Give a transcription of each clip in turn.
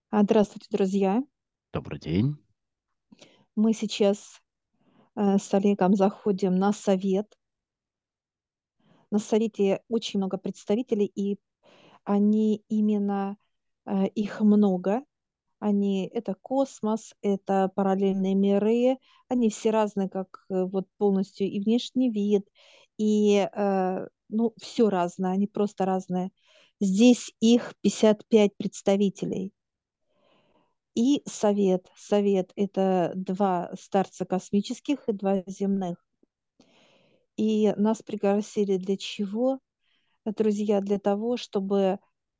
Здравствуйте, друзья. Добрый день. Мы сейчас с Олегом заходим на совет. На совете очень много представителей, и они именно, их много. Это космос, это параллельные миры. Они все разные, как вот полностью и внешний вид, и, ну, все разное, они просто разные. Здесь их 55 представителей. И совет. Совет — это 2 старца космических и 2 земных. И нас пригласили для чего, друзья? Для того, чтобы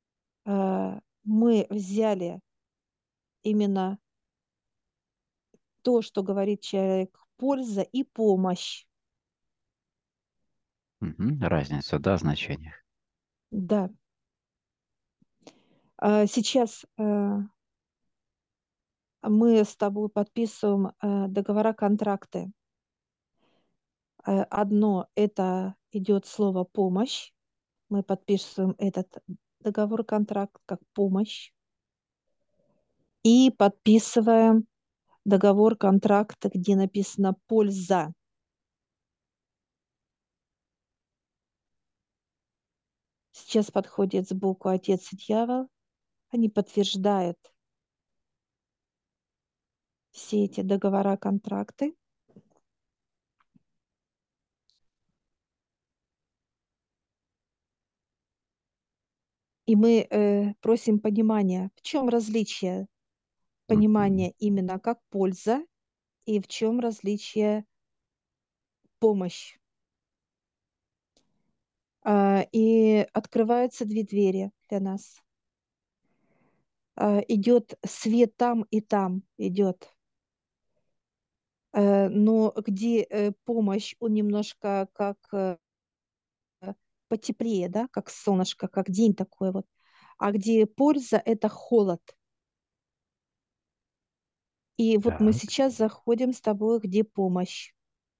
мы взяли именно то, что говорит человек, польза и помощь. Разница, да, в значениях. Да. Сейчас мы с тобой подписываем договора, контракты. Одно — это идет слово «помощь». Мы подписываем этот договор, контракт как помощь. И подписываем договор, контракт, где написано «польза». Сейчас подходит сбоку отец и дьявол. Они подтверждают все эти договора, контракты. И мы просим понимания, в чем различие Мгм. понимания именно как польза и в чем различие помощь. И открываются 2 двери для нас. Идет свет там и там идет. Но где помощь, он немножко как потеплее, да, как солнышко, как день такой вот. А где польза — это холод. И вот мы Так. сейчас заходим с тобой, где помощь.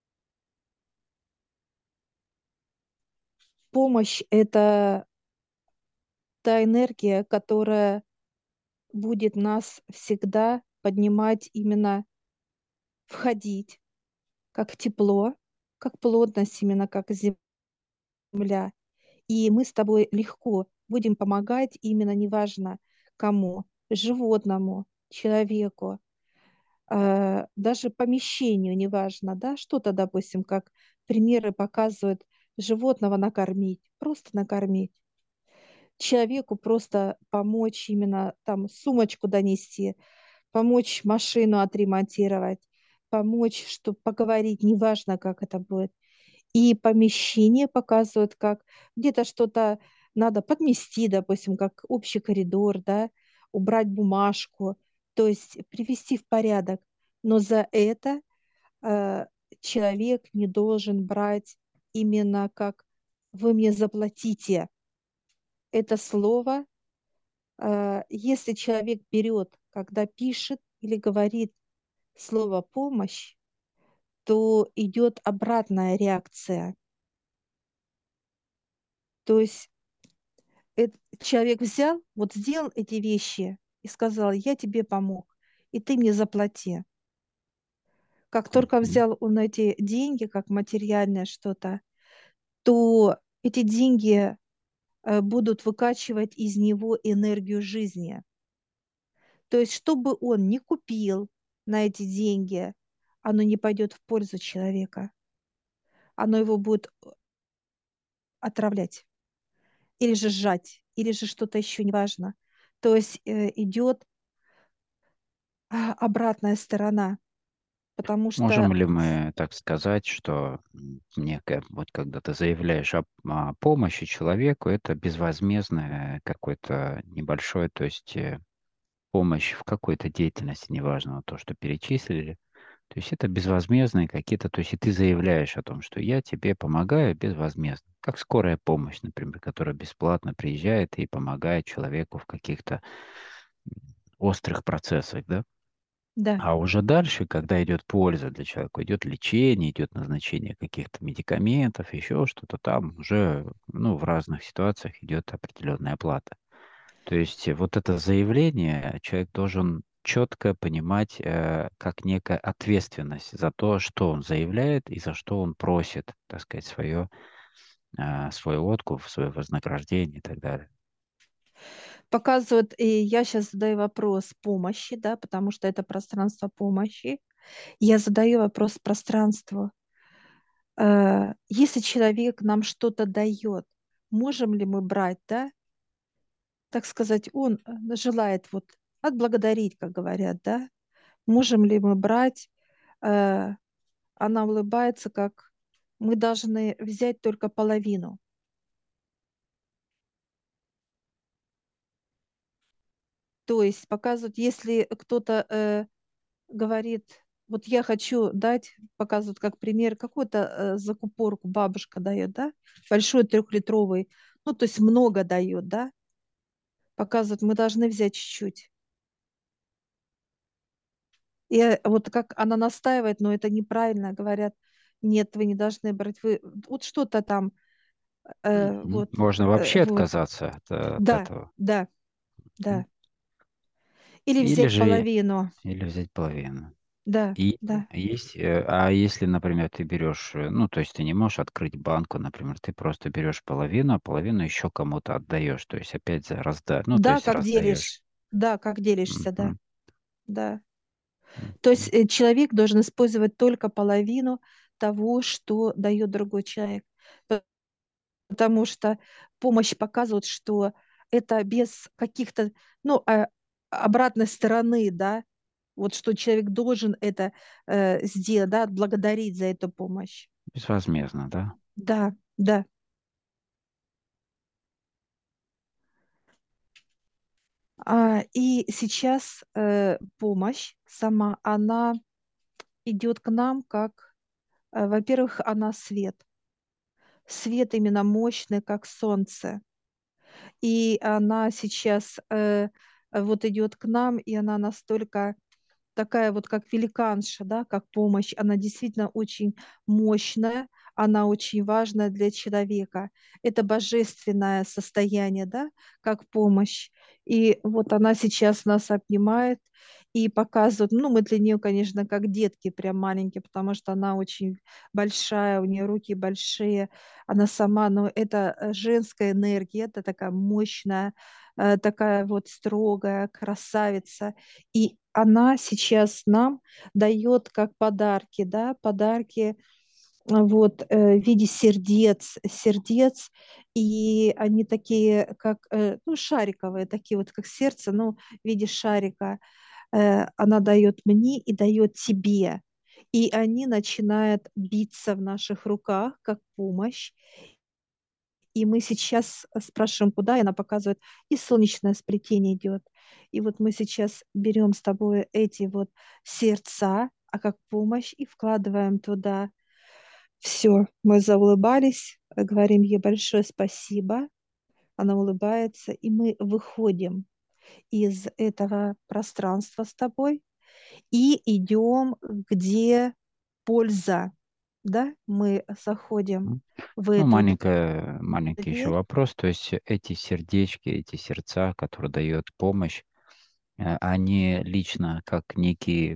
Помощь — это та энергия, которая будет нас всегда поднимать, именно входить, как тепло, как плотность, именно как земля. И мы с тобой легко будем помогать именно неважно кому, животному, человеку, даже помещению, неважно, да, что-то, допустим, как примеры показывают, животного накормить, просто накормить, человеку просто помочь, именно там сумочку донести, помочь машину отремонтировать, помочь, чтобы поговорить, неважно, как это будет. И помещение показывают, как где-то что-то надо подмести, допустим, как общий коридор, да, убрать бумажку, то есть привести в порядок. Но за это э, человек не должен брать именно как «вы мне заплатите». Это слово, если человек берет, когда пишет или говорит слово «помощь», то идет обратная реакция. То есть человек взял, вот сделал эти вещи и сказал: я тебе помог, и ты мне заплати. Как только Мгм. взял он эти деньги, как материальное что-то, то эти деньги будут выкачивать из него энергию жизни. То есть, что бы он ни купил на эти деньги, оно не пойдет в пользу человека. Оно его будет отравлять, или же сжать, или же что-то еще, неважно. То есть идет обратная сторона, потому что Можем ли мы так сказать, что некое, вот когда ты заявляешь о помощи человеку, это безвозмездное какой-то небольшой, то есть помощь в какой-то деятельности, неважно, вот то, что перечислили, то есть это безвозмездные какие-то, то есть и ты заявляешь о том, что я тебе помогаю безвозмездно, как скорая помощь, например, которая бесплатно приезжает и помогает человеку в каких-то острых процессах, да? да, А уже дальше, когда идет польза для человека, идет лечение, идет назначение каких-то медикаментов, еще что-то там уже, ну, в разных ситуациях идет определенная оплата. То есть вот это заявление человек должен четко понимать как некая ответственность за то, что он заявляет и за что он просит, так сказать, свой откуп, свое вознаграждение и так далее. Показывают, и я сейчас задаю вопрос помощи, да, потому что это пространство помощи. Я задаю вопрос пространству. Если человек нам что-то дает, можем ли мы брать, да? Так сказать, он желает вот отблагодарить, как говорят, да? Можем ли мы брать? Э, Она улыбается, как мы должны взять только половину. То есть показывают, если кто-то говорит, вот я хочу дать, показывают как пример, какую-то закупорку бабушка дает, да, большой трехлитровый, ну, то есть много дает, да, показывают, мы должны взять чуть-чуть. И вот как она настаивает, но это неправильно, говорят, нет, вы не должны брать, вы вот что-то там, Мгм. вот, Можно вообще вот, отказаться от да, этого. да, Мгм. да. Или Или взять же половину, или взять половину. да, И да. а если, например, ты берешь, ну, то есть ты не можешь открыть банку, например, ты просто берешь половину, а половину еще кому-то отдаешь, то есть опять ну, то Да, есть как раздаешь. делишь, да, как делишься, да, Мгм. да. То есть Мгм. человек должен использовать только половину того, что дает другой человек. П- Потому что помощь показывает, что это без каких-то, ну, обратной стороны, да, вот что человек должен это сделать, да, благодарить за эту помощь. Безвозмездно, да? Да, да. И сейчас помощь сама, она идет к нам как, во-первых, она свет. Свет именно мощный, как солнце. И она сейчас вот идет к нам, и она настолько такая вот как великанша, да, как помощь. Она действительно очень мощная, она очень важная для человека. Это божественное состояние, да, как помощь. И вот она сейчас нас обнимает и показывает, ну, мы для нее, конечно, как детки, прям маленькие, потому что она очень большая, у нее руки большие, она сама, но это женская энергия, это такая мощная, такая вот строгая красавица. И она сейчас нам дает как подарки, да, подарки вот в виде сердец, и они такие, как, ну, шариковые, такие вот, как сердце, но в виде шарика. Она дает мне и дает тебе. И они начинают биться в наших руках, как помощь. И мы сейчас спрашиваем, куда, и она показывает, и солнечное сплетение идет. И вот мы сейчас берем с тобой эти вот сердца, а как помощь, и вкладываем туда. Все, мы заулыбались, говорим ей большое спасибо. Она улыбается, и мы выходим из этого пространства с тобой и идем, где польза, да, мы заходим Мгм. в Ну, эту маленький еще дверь. вопрос, то есть эти сердечки, эти сердца, которые дают помощь, они лично как некие,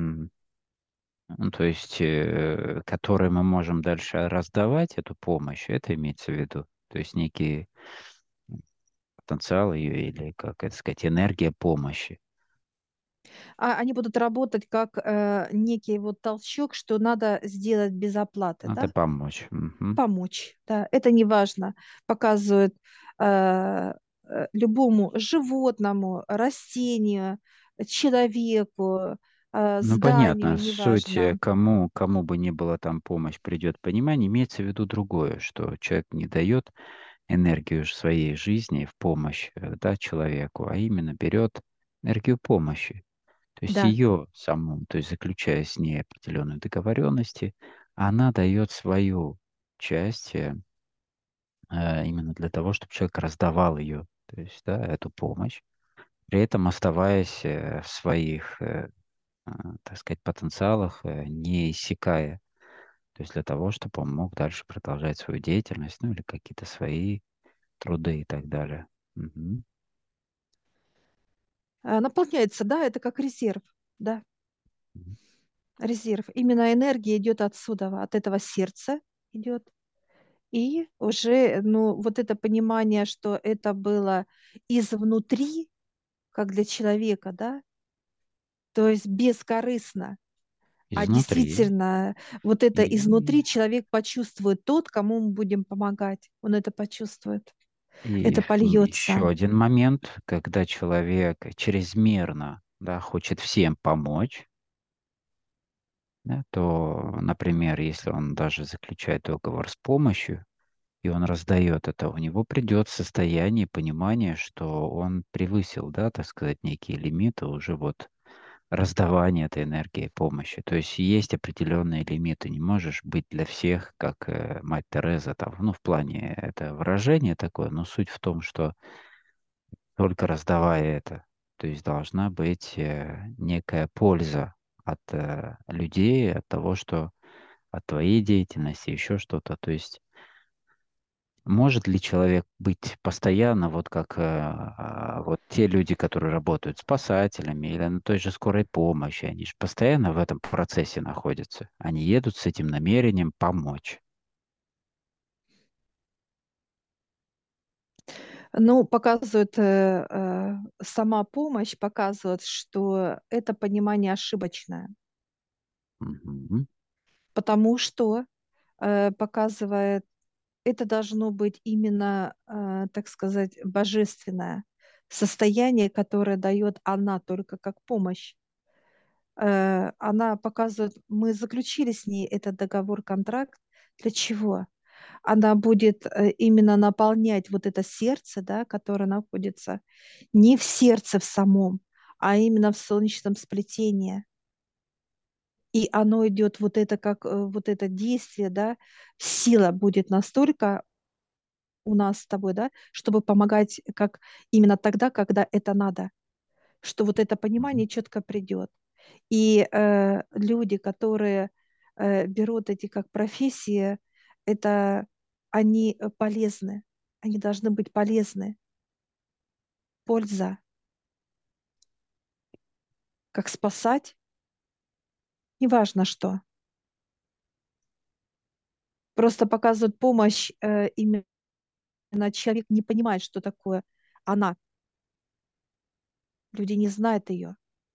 ну, то есть, которые мы можем дальше раздавать, эту помощь, это имеется в виду. То есть некий потенциал ее или, как это сказать, энергия помощи. Они будут работать как некий вот толчок, что надо сделать без оплаты, Надо да, помочь. Мгм. помочь, да, это не важно, показывают э, любому животному, растению, человеку, Ну, понятно, зданию, суть, неважно, кому бы ни была там помощь, придет понимание, имеется в виду другое, что человек не дает энергию своей жизни в помощь, да, человеку, а именно берет энергию помощи. То есть да, ее саму, то есть заключая с ней определенные договоренности, она дает свою часть именно для того, чтобы человек раздавал ее, то есть, да, эту помощь, при этом оставаясь в своих, так сказать, потенциалах, не иссякая, то есть для того, чтобы он мог дальше продолжать свою деятельность, ну или какие-то свои труды и так далее. Мгм. наполняется, да, это как резерв, да, Мгм. резерв. Именно энергия идет отсюда, от этого сердца идет. И уже, ну, вот это понимание, что это было изнутри, как для человека, да, то есть бескорыстно, а Изнутри. действительно вот это И, изнутри человек почувствует тот, кому мы будем помогать. Он это почувствует, и это еще польется. один момент, когда человек чрезмерно, да, хочет всем помочь, да, то, например, если он даже заключает договор с помощью, и он раздает это, у него придет состояние понимания, что он превысил, да, так сказать, некие лимиты уже вот раздавания этой энергии помощи. То есть есть определенные лимиты. Не можешь быть для всех, как мать Тереза, там, ну, в плане это выражение такое, но суть в том, что только раздавая это, то есть должна быть некая польза от людей, от того, что от твоей деятельности, еще что-то. То есть может ли человек быть постоянно, вот как вот те люди, которые работают спасателями или на той же скорой помощи, они же постоянно в этом процессе находятся. Они едут с этим намерением помочь. Ну, показывает, сама помощь показывает, что это понимание ошибочное, Мгм. потому что показывает, это должно быть именно, так сказать, божественное состояние, которое дает она только как помощь. Она показывает, мы заключили с ней этот договор, контракт. Для чего? Она будет именно наполнять вот это сердце, да, которое находится не в сердце в самом, а именно в солнечном сплетении. И оно идет вот это как вот это действие, да, сила будет настолько у нас с тобой, да, чтобы помогать как именно тогда, когда это надо, что вот это Мгм. понимание четко придет. И люди, которые берут эти как профессии, это они полезны, они должны быть полезны, польза, как спасать, неважно что. Просто показывают помощь, именно человек не понимает, что такое она. Люди не знают ее,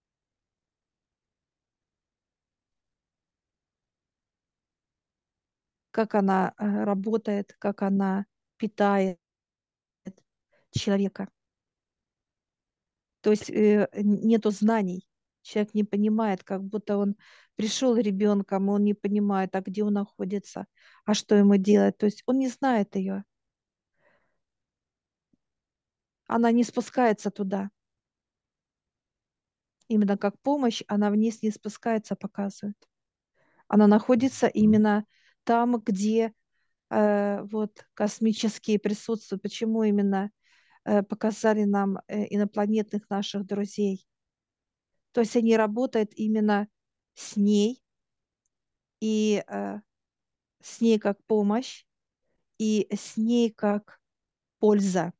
как она работает, как она питает человека. То есть нету знаний. Человек не понимает, как будто он пришел ребенком, он не понимает, а где он находится, а что ему делать. То есть он не знает ее. Она не спускается туда. Именно как помощь, она вниз не спускается, показывает. Она находится Мгм. именно там, где вот космические присутствуют. Почему именно показали нам инопланетных наших друзей? То есть они работают именно с ней и с ней как помощь и с ней как польза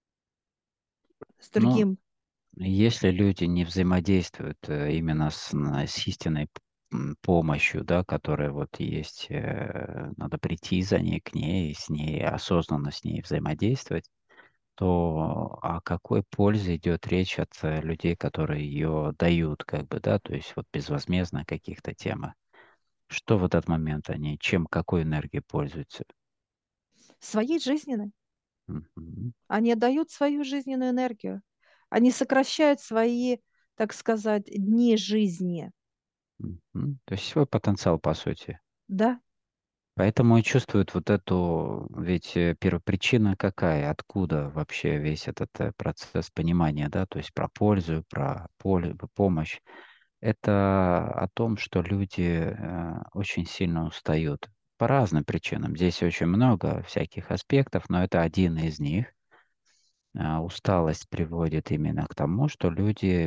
с Но другим. если люди не взаимодействуют именно с истинной помощью, да, которая вот есть, надо прийти за ней, к ней, и с ней осознанно с ней взаимодействовать, то о какой пользе идет речь от людей, которые ее дают, как бы, да, то есть вот безвозмездно каких-то темах. Что в этот момент они, чем, какой энергией пользуются? Своей жизненной. Мгм. Они отдают свою жизненную энергию. Они сокращают свои, так сказать, дни жизни. Мгм. То есть свой потенциал, по сути. Да, Поэтому и чувствуют вот эту, ведь первопричина какая, откуда вообще весь этот процесс понимания, да, то есть про пользу, про помощь. Это о том, что люди очень сильно устают по разным причинам. Здесь очень много всяких аспектов, но это один из них. Усталость приводит именно к тому, что люди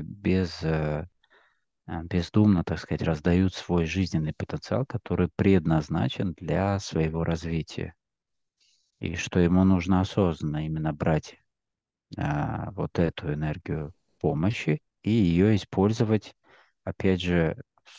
бездумно, так сказать, раздают свой жизненный потенциал, который предназначен для своего развития. И что ему нужно осознанно именно брать вот эту энергию помощи и ее использовать, опять же,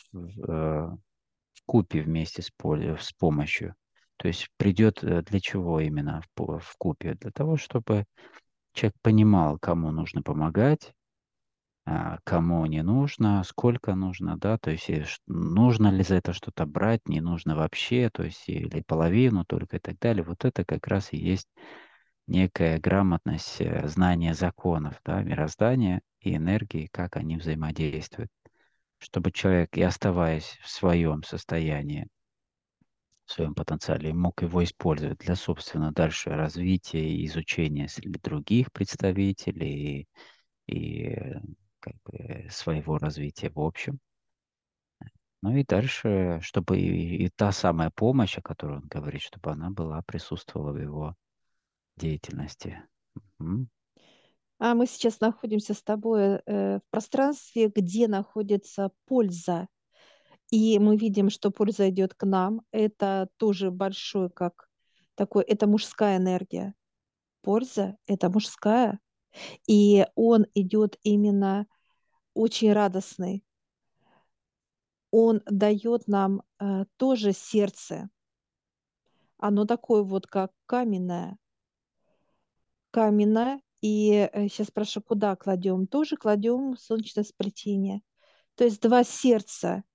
в купе вместе с помощью. То есть придет для чего именно в купе? Для того, чтобы человек понимал, кому нужно помогать, кому не нужно, сколько нужно, да, то есть нужно ли за это что-то брать, не нужно вообще, то есть или половину только и так далее. Вот это как раз и есть некая грамотность, знание законов, да, мироздания и энергии, как они взаимодействуют, чтобы человек, и оставаясь в своем состоянии, в своем потенциале, мог его использовать для собственного дальше развития и изучения среди других представителей и как бы своего развития в общем. Ну и дальше, чтобы и та самая помощь, о которой он говорит, чтобы она была, присутствовала в его деятельности. М. А мы сейчас находимся с тобой в пространстве, где находится польза. И мы видим, что польза идет к нам. Это тоже большой, как такой, это мужская энергия. Польза– это мужская. И он идет именно очень радостный. Он дает нам тоже сердце. Оно такое вот, как каменное. Каменное. И сейчас спрашиваю, куда кладем? Тоже кладем в солнечное сплетение. То есть два сердца,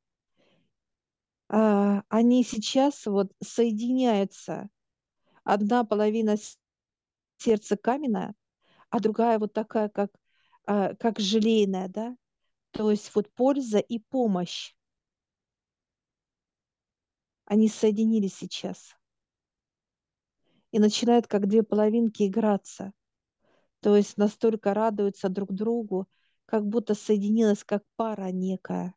они сейчас вот соединяются. Одна половина сердца каменная, а другая вот такая, как желейная, да? То есть вот польза и помощь, они соединились сейчас и начинают как две половинки играться. То есть настолько радуются друг другу, как будто соединилась как пара некая.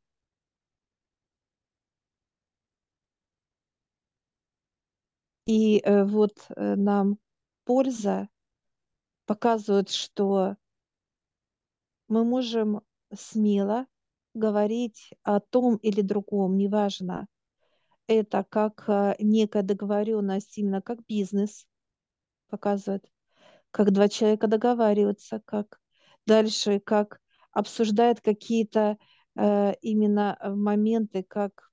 И вот нам польза показывает, что мы можем смело говорить о том или другом, неважно. Это как некая договоренность, именно как бизнес показывает, как два человека договариваются, как дальше, как обсуждают какие-то именно моменты, как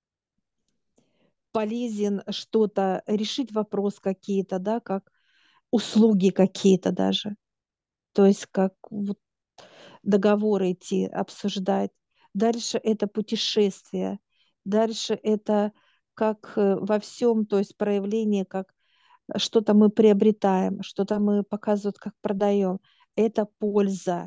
полезен что-то, решить вопрос какие-то, да, как услуги какие-то даже. То есть как вот договоры идти, обсуждать. Дальше это путешествие. Дальше это как во всем, то есть проявление, как что-то мы приобретаем, что-то мы показывают, как продаем. Это польза,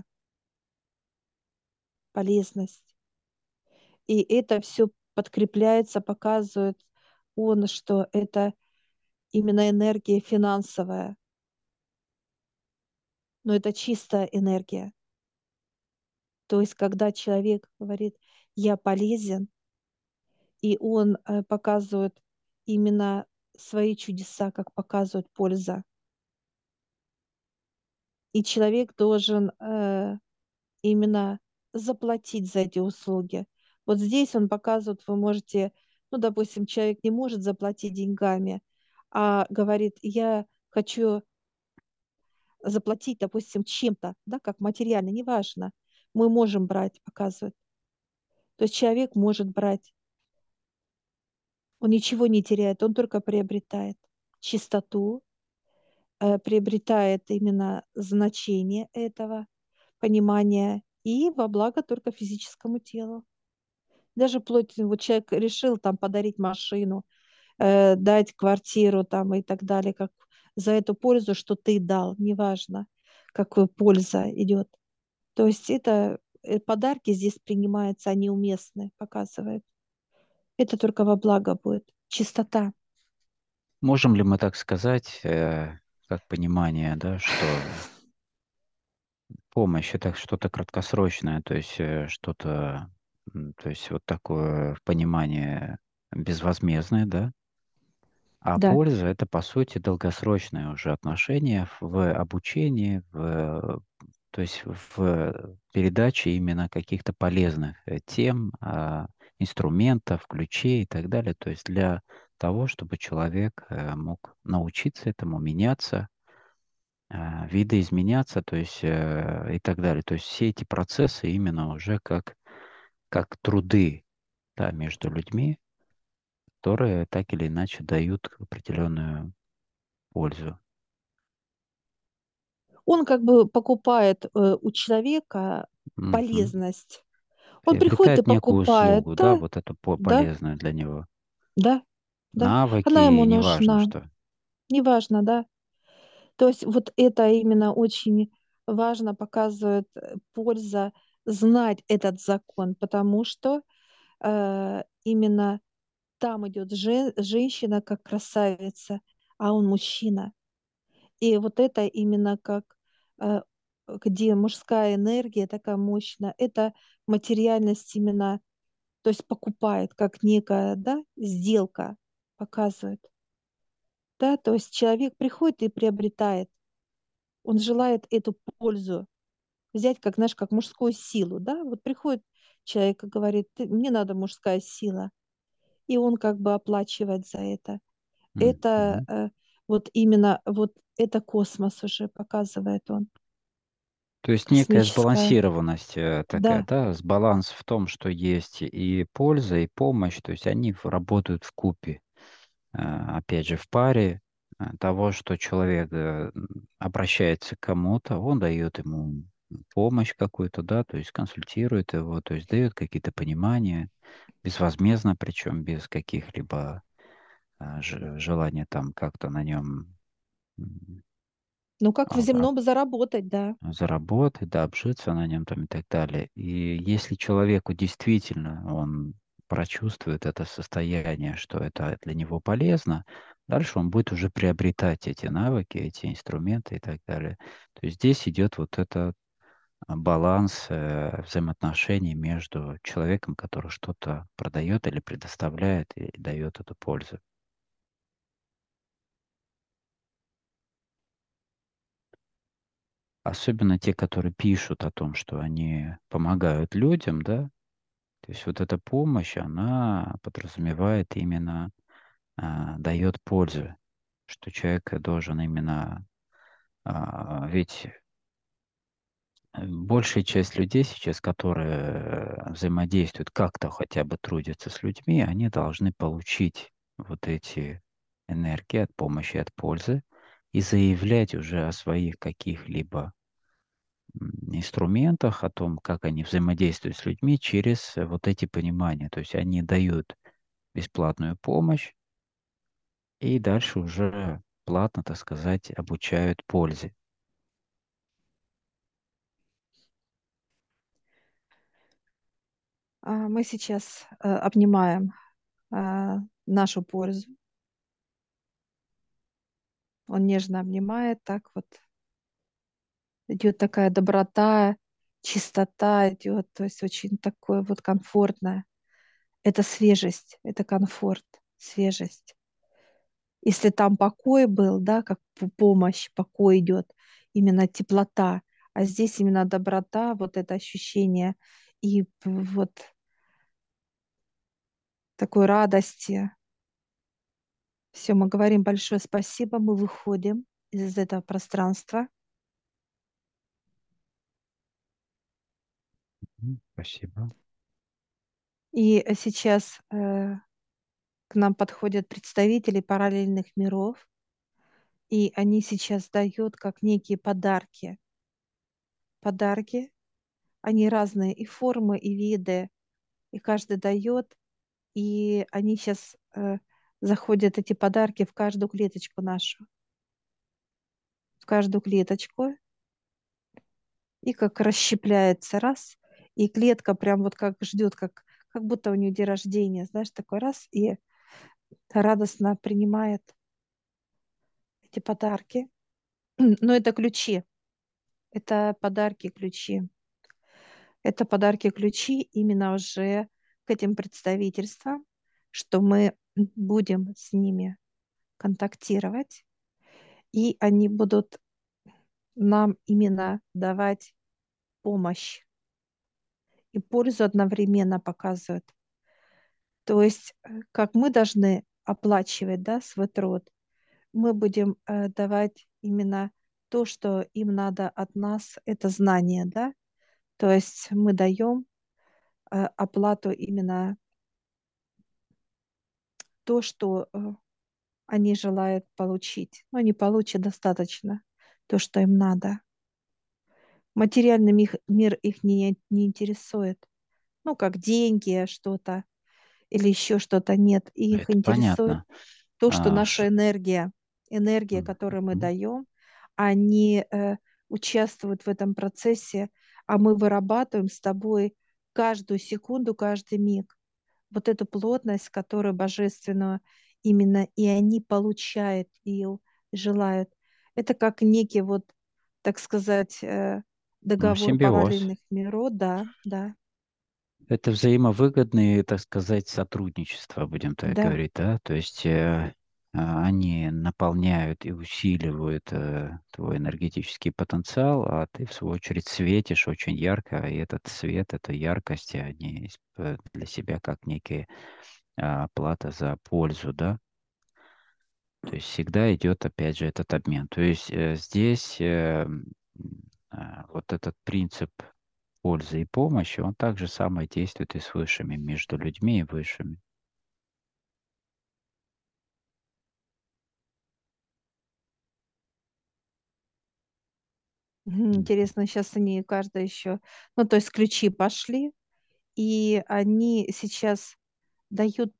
полезность. И это все подкрепляется, показывает он, что это именно энергия финансовая, но это чистая энергия. То есть, когда человек говорит, я полезен, и он показывает именно свои чудеса, как показывает польза. И человек должен именно заплатить за эти услуги. Вот здесь он показывает, вы можете, ну, допустим, человек не может заплатить деньгами, а говорит, я хочу заплатить, допустим, чем-то, да, как материально, неважно. Мы можем брать, показывает. То есть человек может брать, он ничего не теряет, он только приобретает чистоту, приобретает именно значение этого, понимание и во благо только физическому телу. Даже вплоть, вот человек решил там подарить машину, дать квартиру там и так далее, как за эту пользу, что ты дал, неважно, какая польза идет. То есть это подарки здесь принимаются, они уместны, показывает. Это только во благо будет. Чистота. Можем ли мы так сказать, как понимание, да, что помощь это что-то краткосрочное, то есть что-то, то есть вот такое понимание безвозмездное, да, а Да. польза это по сути долгосрочное уже отношение в обучении, то есть в передаче именно каких-то полезных тем, инструментов, ключей и так далее, то есть для того, чтобы человек мог научиться этому, меняться, видоизменяться, то есть и так далее. То есть все эти процессы именно уже как труды, да, между людьми, которые так или иначе дают определенную пользу. Он как бы покупает у человека Мгм. полезность. Он приходит и Приобретает некую покупает, услугу, да, да, вот эту да, полезную для него. да, да. Она ему Навыки, неважно нужна, что. неважно, да. То есть вот это именно очень важно показывает польза знать этот закон, потому что именно там идет женщина как красавица, а он мужчина. И вот это именно как э, где мужская энергия такая мощная, это материальность именно, то есть покупает как некая, да, сделка показывает, да, то есть человек приходит и приобретает, он желает эту пользу взять как, знаешь, как мужскую силу, да, вот приходит человек и говорит: Мне надо мужская сила», и он как бы оплачивает за это. Это Мгм. вот именно вот это космос уже показывает он, То есть некая космическая. сбалансированность такая, Да, да, с баланс в том, что есть и польза, и помощь, то есть они работают в купе, опять же, в паре того, что человек обращается к кому-то, он дает ему помощь какую-то, да, то есть консультирует его, то есть дает какие-то понимания, безвозмездно, причем без каких-либо желания там как-то на нем ну как в земном заработать, да. заработать, да, обжиться на нем там и так далее. И если человеку действительно он прочувствует это состояние, что это для него полезно, дальше он будет уже приобретать эти навыки, эти инструменты и так далее. То есть здесь идет вот этот баланс взаимоотношений между человеком, который что-то продает или предоставляет и дает эту пользу. Особенно те, которые пишут о том, что они помогают людям, да. То есть вот эта помощь, она подразумевает именно, дает пользу, что человек должен именно, ведь большая часть людей сейчас, которые взаимодействуют, как-то хотя бы трудятся с людьми, они должны получить вот эти энергии от помощи, от пользы и заявлять уже о своих каких-либо инструментах, о том, как они взаимодействуют с людьми через вот эти понимания. То есть они дают бесплатную помощь и дальше уже платно, так сказать, обучают пользе. Мы сейчас обнимаем нашу пользу. Он нежно обнимает, так вот идет такая доброта, чистота идет, то есть очень такое вот комфортное. Это свежесть, это комфорт, свежесть. Если там покой был, да, как помощь, покой идет, именно теплота, а здесь именно доброта, вот это ощущение и вот такой радости. Все, мы говорим большое спасибо, мы выходим из этого пространства. Спасибо. И сейчас к нам подходят представители параллельных миров, и они сейчас дают как некие подарки. Подарки, они разные и формы, и виды, и каждый дает, и они сейчас заходят, эти подарки, в каждую клеточку нашу, в каждую клеточку, и как расщепляется раз, и клетка прям вот как ждет, как будто у нее день рождения, знаешь, такой раз, и радостно принимает эти подарки. Но это ключи, это подарки, ключи. Это подарки, ключи именно уже к этим представительствам, что мы будем с ними контактировать, и они будут нам именно давать помощь и пользу одновременно показывают. То есть, как мы должны оплачивать, да, свой труд, мы будем давать именно то, что им надо от нас, это знание, да? То есть мы даем оплату именно то, что они желают получить, но не получат достаточно то, что им надо. Материальный мир их не интересует. Ну, как деньги, что-то или еще что-то нет. Их Это интересует понятно. то, что А, наша энергия, которую мы мгм. даем, они участвуют в этом процессе, а мы вырабатываем с тобой каждую секунду, каждый миг вот эту плотность, которую божественную именно и они получают и желают. Это как некий вот, так сказать, Ну, договор симбиоз. параллельных миров, да, да, Это взаимовыгодные, так сказать, сотрудничество, будем так да. говорить, да? То есть они наполняют и усиливают твой энергетический потенциал, а ты, в свою очередь, светишь очень ярко, и этот свет, эта яркость, они для себя как некие плата за пользу, да? То есть всегда идет, опять же, этот обмен. То есть здесь вот этот принцип пользы и помощи, он также самое действует и с высшими, между людьми и высшими. Мгм. Интересно, сейчас они каждый еще, ну, то есть ключи пошли, и они сейчас дают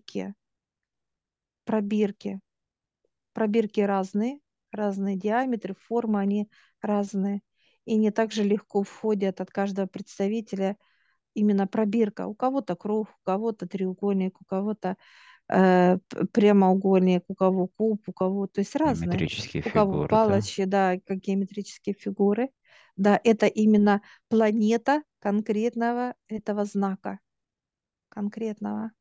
пробирки, пробирки разные, разные диаметры, формы, они разные. И не так же легко входят от каждого представителя именно пробирка. У кого-то круг, у кого-то треугольник, у кого-то прямоугольник, у кого куб, у кого, то есть разные. Геометрические У кого фигуры, да? палочки, да, как геометрические фигуры. Да, это именно планета конкретного этого знака, конкретного.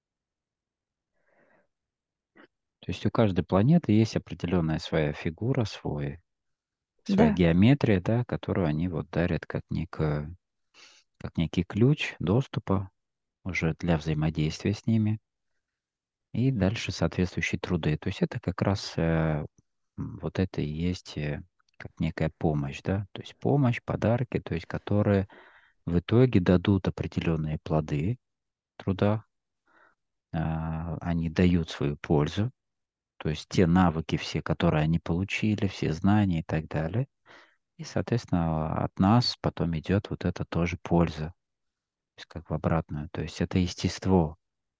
То есть у каждой планеты есть определенная своя фигура, своя Да. геометрия, да, которую они вот дарят как некий ключ доступа уже для взаимодействия с ними и дальше соответствующие труды. То есть это как раз вот это и есть как некая помощь, да, то есть помощь, подарки, то есть которые в итоге дадут определенные плоды труда, они дают свою пользу, то есть те навыки все, которые они получили, все знания и так далее. И, соответственно, от нас потом идет вот это тоже польза, то есть как в обратную. То есть это естество.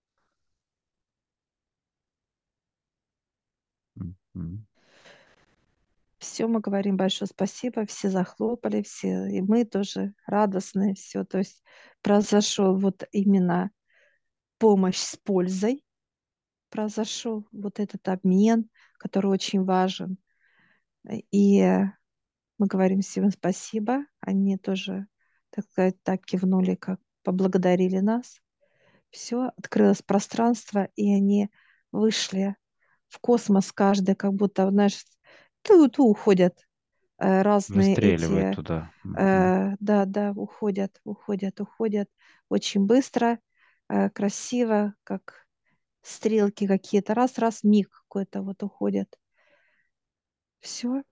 Мгм. Все, мы говорим большое спасибо, все захлопали, все, и мы тоже радостные, все. То есть произошел вот именно помощь с пользой, произошел вот этот обмен, который очень важен. И мы говорим всем спасибо. Они тоже, так сказать, так кивнули, как поблагодарили нас. Все, открылось пространство, и они вышли в космос, каждый как будто, знаешь, ту уходят разные Выстреливает эти, туда. Мгм. да, да, уходят очень быстро, красиво, как стрелки какие-то, раз, миг какой-то вот уходят. Все,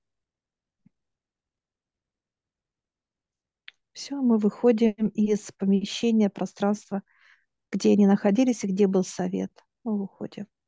все, мы выходим из помещения, пространства, где они находились и где был совет. Мы выходим.